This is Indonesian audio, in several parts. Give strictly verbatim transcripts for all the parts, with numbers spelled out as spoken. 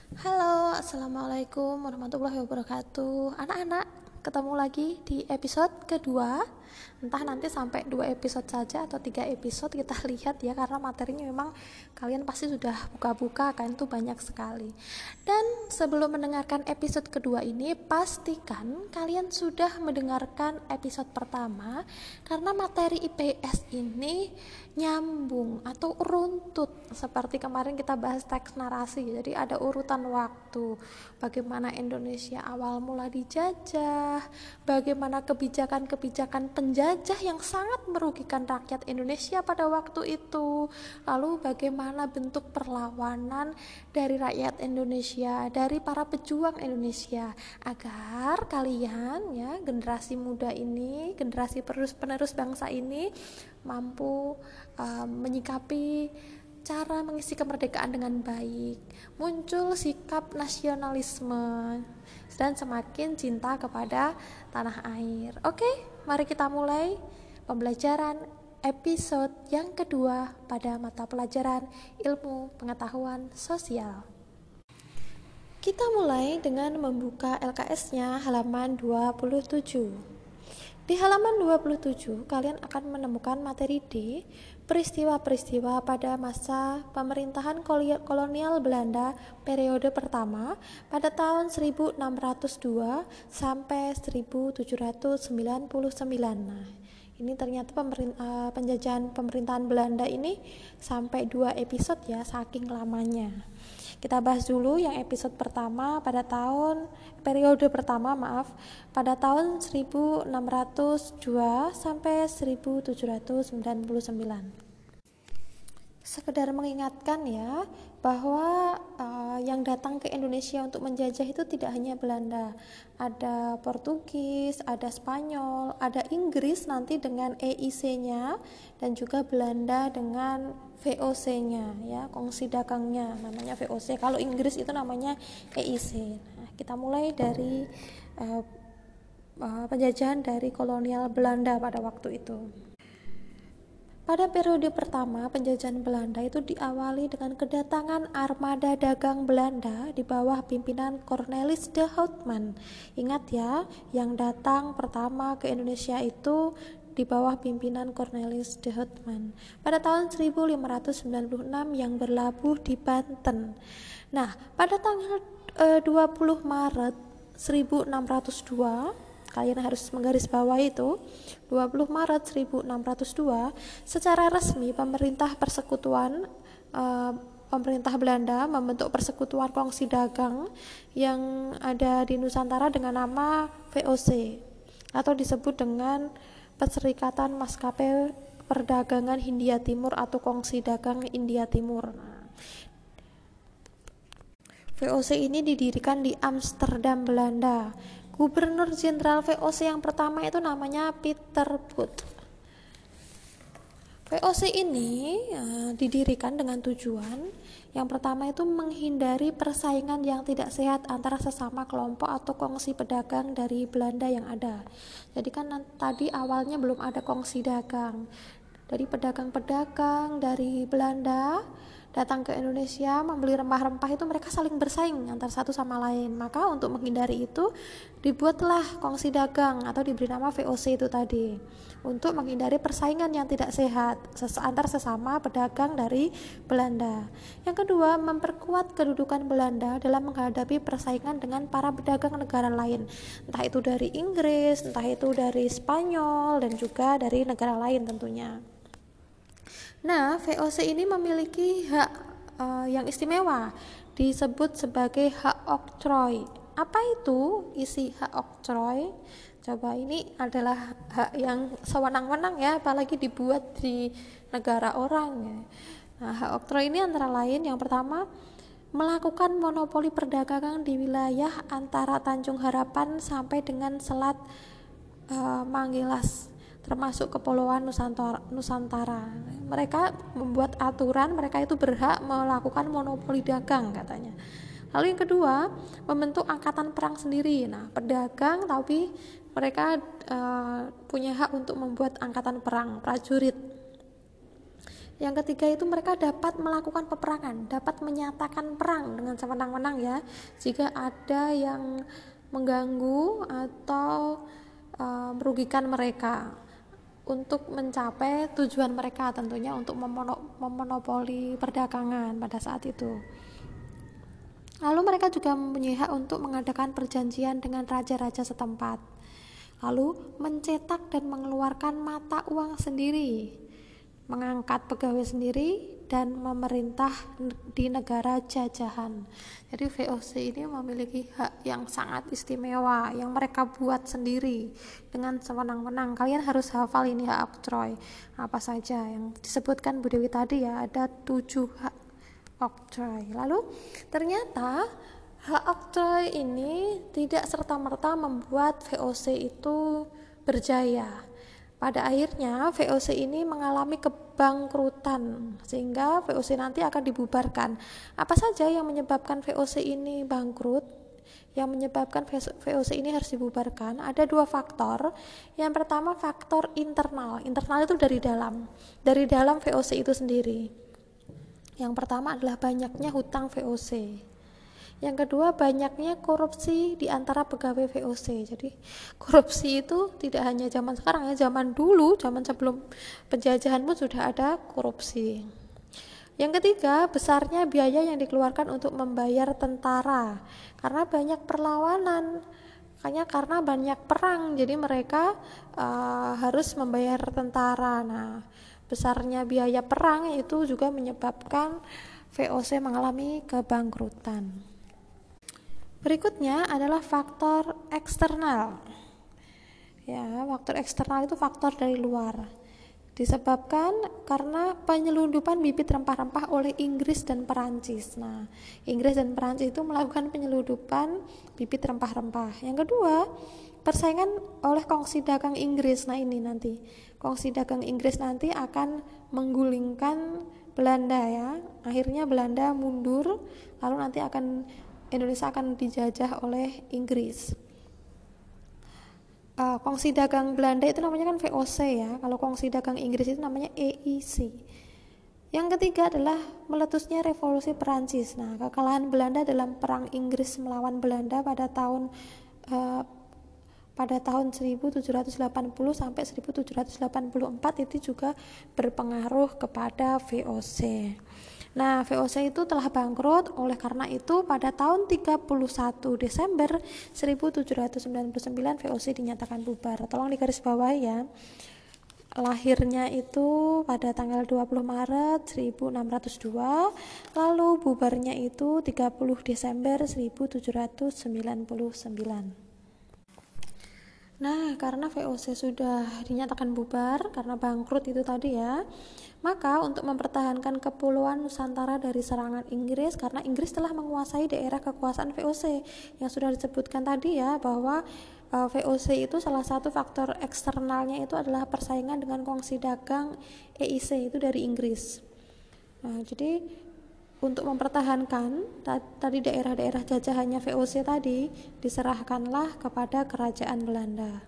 Halo, assalamualaikum warahmatullahi wabarakatuh. Anak-anak, ketemu lagi di episode kedua. Entah nanti sampai dua episode saja atau tiga episode, kita lihat ya, karena materinya memang kalian pasti sudah buka-buka kan, itu banyak sekali. Dan sebelum mendengarkan episode kedua ini, pastikan kalian sudah mendengarkan episode pertama, karena materi I P S ini nyambung atau runtut. Seperti kemarin kita bahas teks narasi, jadi ada urutan waktu, bagaimana Indonesia awal mula dijajah, bagaimana kebijakan-kebijakan penjajah yang sangat merugikan rakyat Indonesia pada waktu itu, lalu bagaimana bentuk perlawanan dari rakyat Indonesia, dari para pejuang Indonesia, agar kalian ya, generasi muda ini, generasi penerus-penerus bangsa ini mampu uh, menyikapi cara mengisi kemerdekaan dengan baik, muncul sikap nasionalisme dan semakin cinta kepada tanah air. Oke, mari kita mulai pembelajaran episode yang kedua pada mata pelajaran ilmu pengetahuan sosial. Kita mulai dengan membuka L K S-nya halaman dua puluh tujuh. Di halaman dua puluh tujuh, kalian akan menemukan materi D, peristiwa-peristiwa pada masa pemerintahan kolonial Belanda periode pertama pada tahun seribu enam ratus dua sampai seribu tujuh ratus sembilan puluh sembilan. Nah, ini ternyata pemerin, uh, penjajahan pemerintahan Belanda ini sampai dua episode ya, saking lamanya. Kita bahas dulu yang episode pertama pada tahun periode pertama maaf pada tahun seribu enam ratus dua sampai seribu tujuh ratus sembilan puluh sembilan. Sekedar mengingatkan ya, bahwa uh, yang datang ke Indonesia untuk menjajah itu tidak hanya Belanda, ada Portugis, ada Spanyol, ada Inggris nanti dengan E I C-nya, dan juga Belanda dengan V O C-nya ya, kongsi dagangnya namanya V O C. Kalau Inggris itu namanya E I C. Nah, kita mulai dari uh, uh, penjajahan dari kolonial Belanda pada waktu itu. Pada periode pertama penjajahan Belanda itu diawali dengan kedatangan armada dagang Belanda di bawah pimpinan Cornelis de Houtman. Ingat ya, yang datang pertama ke Indonesia itu di bawah pimpinan Cornelis de Houtman pada tahun seribu lima ratus sembilan puluh enam yang berlabuh di Banten. Nah, pada tanggal e, dua puluh Maret seribu enam ratus dua, kalian harus menggarisbawahi itu, dua puluh Maret seribu enam ratus dua, secara resmi pemerintah persekutuan uh, pemerintah Belanda membentuk persekutuan kongsi dagang yang ada di Nusantara dengan nama V O C atau disebut dengan Perserikatan Maskapai Perdagangan Hindia Timur atau Kongsi Dagang India Timur. Nah, V O C ini didirikan di Amsterdam, Belanda. Gubernur Jenderal V O C yang pertama itu namanya Peter Boot. V O C ini ya, didirikan dengan tujuan yang pertama itu menghindari persaingan yang tidak sehat antara sesama kelompok atau kongsi pedagang dari Belanda yang ada. Jadi kan tadi awalnya belum ada kongsi dagang. Dari pedagang-pedagang dari Belanda datang ke Indonesia membeli rempah-rempah itu mereka saling bersaing antara satu sama lain. Maka untuk menghindari itu dibuatlah kongsi dagang atau diberi nama V O C itu tadi, untuk menghindari persaingan yang tidak sehat antar sesama pedagang dari Belanda. Yang kedua, memperkuat kedudukan Belanda dalam menghadapi persaingan dengan para pedagang negara lain, entah itu dari Inggris, entah itu dari Spanyol, dan juga dari negara lain tentunya. Nah, V O C ini memiliki hak uh, yang istimewa, disebut sebagai hak oktroy. Apa itu isi hak oktroy? Coba, ini adalah hak yang sewenang-wenang ya, apalagi dibuat di negara orang ya. Nah, hak oktroy ini antara lain, yang pertama, melakukan monopoli perdagangan di wilayah antara Tanjung Harapan sampai dengan Selat uh, Manggilas, termasuk Kepulauan Nusantara, Nusantara. Mereka membuat aturan, mereka itu berhak melakukan monopoli dagang katanya. Lalu yang kedua, membentuk angkatan perang sendiri. Nah, pedagang tapi mereka uh, punya hak untuk membuat angkatan perang, prajurit. Yang ketiga itu mereka dapat melakukan peperangan, dapat menyatakan perang dengan sewenang-wenang ya, jika ada yang mengganggu atau uh, merugikan mereka untuk mencapai tujuan mereka, tentunya untuk memono- memonopoli perdagangan pada saat itu. Lalu mereka juga mempunyai hak untuk mengadakan perjanjian dengan raja-raja setempat, lalu mencetak dan mengeluarkan mata uang sendiri, mengangkat pegawai sendiri, dan memerintah di negara jajahan. Jadi V O C ini memiliki hak yang sangat istimewa yang mereka buat sendiri dengan sewenang-wenang. Kalian harus hafal ini hak oktroy apa saja yang disebutkan Bu Dewi tadi ya, ada tujuh hak oktroy. Lalu ternyata hak oktroy ini tidak serta-merta membuat V O C itu berjaya. Pada akhirnya V O C ini mengalami kebangkrutan, sehingga V O C nanti akan dibubarkan. Apa saja yang menyebabkan V O C ini bangkrut? Yang menyebabkan V O C ini harus dibubarkan ada dua faktor. Yang pertama faktor internal. Internal itu dari dalam, dari dalam V O C itu sendiri. Yang pertama adalah banyaknya hutang V O C. Yang kedua banyaknya korupsi di antara pegawai V O C. Jadi korupsi itu tidak hanya zaman sekarang ya, zaman dulu, zaman sebelum penjajahan pun sudah ada korupsi. Yang ketiga, besarnya biaya yang dikeluarkan untuk membayar tentara karena banyak perlawanan. Makanya karena banyak perang, jadi mereka uh, harus membayar tentara. Nah, besarnya biaya perang itu juga menyebabkan V O C mengalami kebangkrutan. Berikutnya adalah faktor eksternal. Ya, faktor eksternal itu faktor dari luar. Disebabkan karena penyelundupan bibit rempah-rempah oleh Inggris dan Perancis. Nah, Inggris dan Perancis itu melakukan penyelundupan bibit rempah-rempah. Yang kedua, persaingan oleh kongsi dagang Inggris. Nah, ini nanti kongsi dagang Inggris nanti akan menggulingkan Belanda ya. Akhirnya Belanda mundur, lalu nanti akan Indonesia akan dijajah oleh Inggris. Uh, kongsi dagang Belanda itu namanya kan V O C ya. Kalau kongsi dagang Inggris itu namanya E I C. Yang ketiga adalah meletusnya revolusi Perancis. Nah, kekalahan Belanda dalam perang Inggris melawan Belanda pada tahun uh, pada tahun seribu tujuh ratus delapan puluh sampai seribu tujuh ratus delapan puluh empat itu juga berpengaruh kepada V O C. Nah, V O C itu telah bangkrut, oleh karena itu pada tahun tiga puluh satu Desember seribu tujuh ratus sembilan puluh sembilan V O C dinyatakan bubar. Tolong digarisbawahi ya. Lahirnya itu pada tanggal dua puluh Maret seribu enam ratus dua, lalu bubarnya itu tiga puluh Desember seribu tujuh ratus sembilan puluh sembilan. Nah, karena V O C sudah dinyatakan bubar karena bangkrut itu tadi ya, maka untuk mempertahankan kepulauan Nusantara dari serangan Inggris, karena Inggris telah menguasai daerah kekuasaan V O C yang sudah disebutkan tadi ya, bahwa uh, V O C itu salah satu faktor eksternalnya itu adalah persaingan dengan kongsi dagang E I C itu dari Inggris. Nah, jadi untuk mempertahankan tadi daerah-daerah jajahannya V O C tadi, diserahkanlah kepada kerajaan Belanda.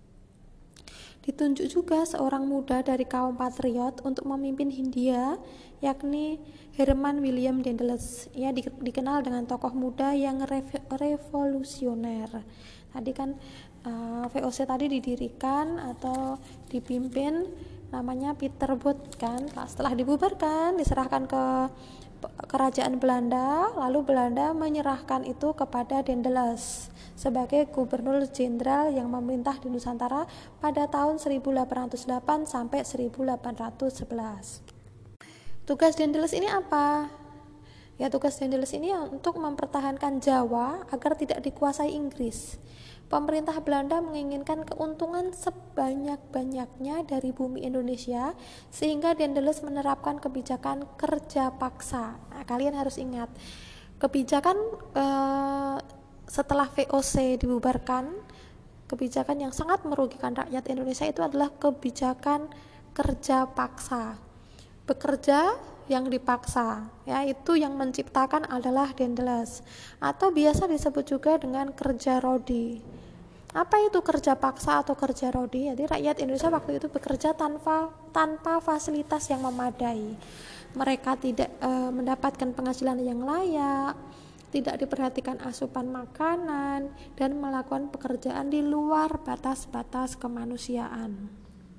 Ditunjuk juga seorang muda dari kaum patriot untuk memimpin Hindia, yakni Herman William Daendels. Ia dikenal dengan tokoh muda yang rev- revolusioner. Tadi kan uh, V O C tadi didirikan atau dipimpin namanya Peter Both kan. Setelah dibubarkan, diserahkan ke kerajaan Belanda, lalu Belanda menyerahkan itu kepada Daendels sebagai gubernur jenderal yang memerintah di Nusantara pada tahun seribu delapan ratus delapan sampai seribu delapan ratus sebelas. Tugas Daendels ini apa? Ya, tugas Daendels ini untuk mempertahankan Jawa agar tidak dikuasai Inggris. Pemerintah Belanda menginginkan keuntungan sebanyak-banyaknya dari bumi Indonesia, sehingga Daendels menerapkan kebijakan kerja paksa. Nah, kalian harus ingat, kebijakan eh, setelah V O C dibubarkan, kebijakan yang sangat merugikan rakyat Indonesia itu adalah kebijakan kerja paksa. Bekerja yang dipaksa, ya, itu yang menciptakan adalah Daendels, atau biasa disebut juga dengan kerja rodi. Apa itu kerja paksa atau kerja rodi? Jadi rakyat Indonesia waktu itu bekerja tanpa tanpa fasilitas yang memadai. Mereka tidak e, mendapatkan penghasilan yang layak, tidak diperhatikan asupan makanan, dan melakukan pekerjaan di luar batas-batas kemanusiaan.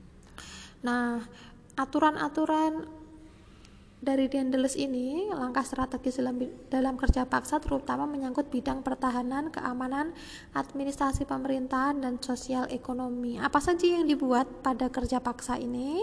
Nah, aturan-aturan dari Daendels ini, langkah strategis dalam, dalam kerja paksa terutama menyangkut bidang pertahanan, keamanan, administrasi pemerintahan, dan sosial ekonomi. Apa saja yang dibuat pada kerja paksa ini?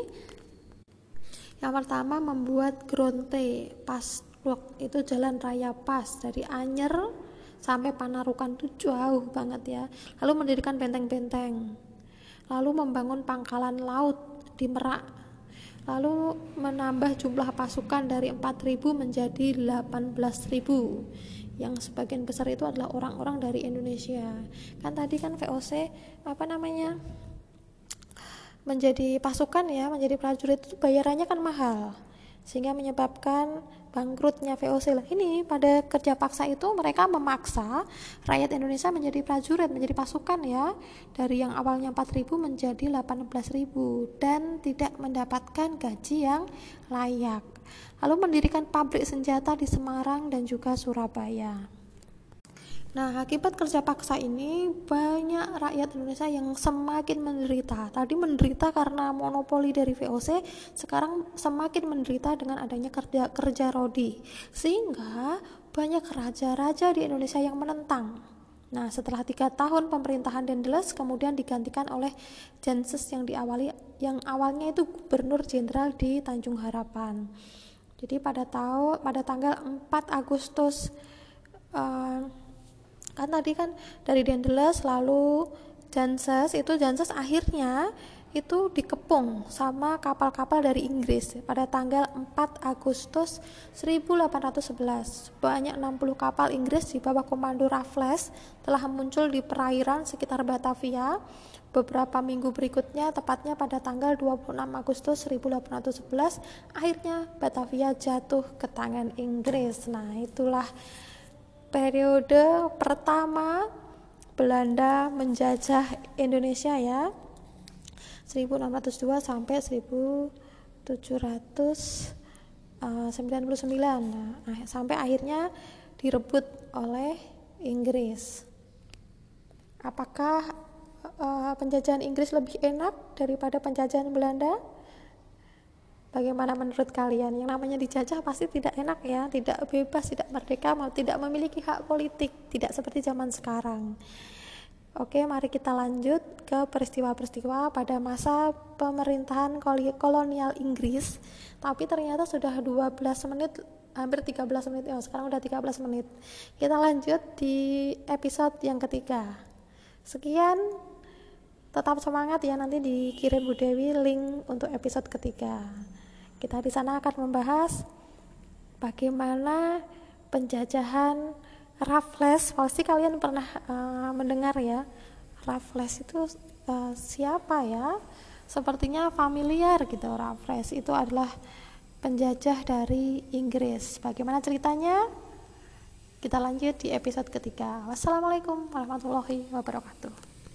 Yang pertama, membuat Gronte Pas Blok, itu jalan raya pas dari Anyer sampai Panarukan, itu jauh banget ya. Lalu mendirikan benteng-benteng, lalu membangun pangkalan laut di Merak, lalu menambah jumlah pasukan dari empat ribu menjadi delapan belas ribu, yang sebagian besar itu adalah orang-orang dari Indonesia. Kan tadi kan V O C apa namanya menjadi pasukan ya, menjadi prajurit itu bayarannya kan mahal, sehingga menyebabkan bangkrutnya V O C. Lah ini pada kerja paksa itu mereka memaksa rakyat Indonesia menjadi prajurit, menjadi pasukan ya, dari yang awalnya empat ribu menjadi delapan belas ribu dan tidak mendapatkan gaji yang layak. Lalu mendirikan pabrik senjata di Semarang dan juga Surabaya. Nah, akibat kerja paksa ini banyak rakyat Indonesia yang semakin menderita. Tadi menderita karena monopoli dari V O C, sekarang semakin menderita dengan adanya kerja kerja rodi. Sehingga banyak raja-raja di Indonesia yang menentang. Nah, setelah tiga tahun pemerintahan Daendels kemudian digantikan oleh Janses yang diawali yang awalnya itu gubernur jenderal di Tanjung Harapan. Jadi pada tahun pada tanggal empat Agustus uh, kan tadi kan dari Daendels lalu Janses, itu Janses akhirnya itu dikepung sama kapal-kapal dari Inggris pada tanggal empat Agustus seribu delapan ratus sebelas. Banyak enam puluh kapal Inggris di bawah komando Raffles telah muncul di perairan sekitar Batavia. Beberapa minggu berikutnya, tepatnya pada tanggal dua puluh enam Agustus seribu delapan ratus sebelas, akhirnya Batavia jatuh ke tangan Inggris. Nah, itulah periode pertama Belanda menjajah Indonesia ya, seribu enam ratus dua sampai seribu tujuh ratus sembilan puluh sembilan. Nah, sampai akhirnya direbut oleh Inggris. Apakah uh, penjajahan Inggris lebih enak daripada penjajahan Belanda? Bagaimana menurut kalian? Yang namanya dijajah pasti tidak enak ya, tidak bebas, tidak merdeka, tidak memiliki hak politik, tidak seperti zaman sekarang. Oke, mari kita lanjut ke peristiwa-peristiwa pada masa pemerintahan kolonial Inggris. Tapi ternyata sudah dua belas menit, hampir tiga belas menit, oh sekarang udah tiga belas menit. Kita lanjut di episode yang ketiga. Sekian, tetap semangat ya, nanti dikirim Bu Dewi link untuk episode ketiga. Kita di sana akan membahas bagaimana penjajahan Raffles. Pasti kalian pernah uh, mendengar ya, Raffles itu uh, siapa ya? Sepertinya familiar gitu. Raffles itu adalah penjajah dari Inggris. Bagaimana ceritanya? Kita lanjut di episode ketiga. Wassalamualaikum warahmatullahi wabarakatuh.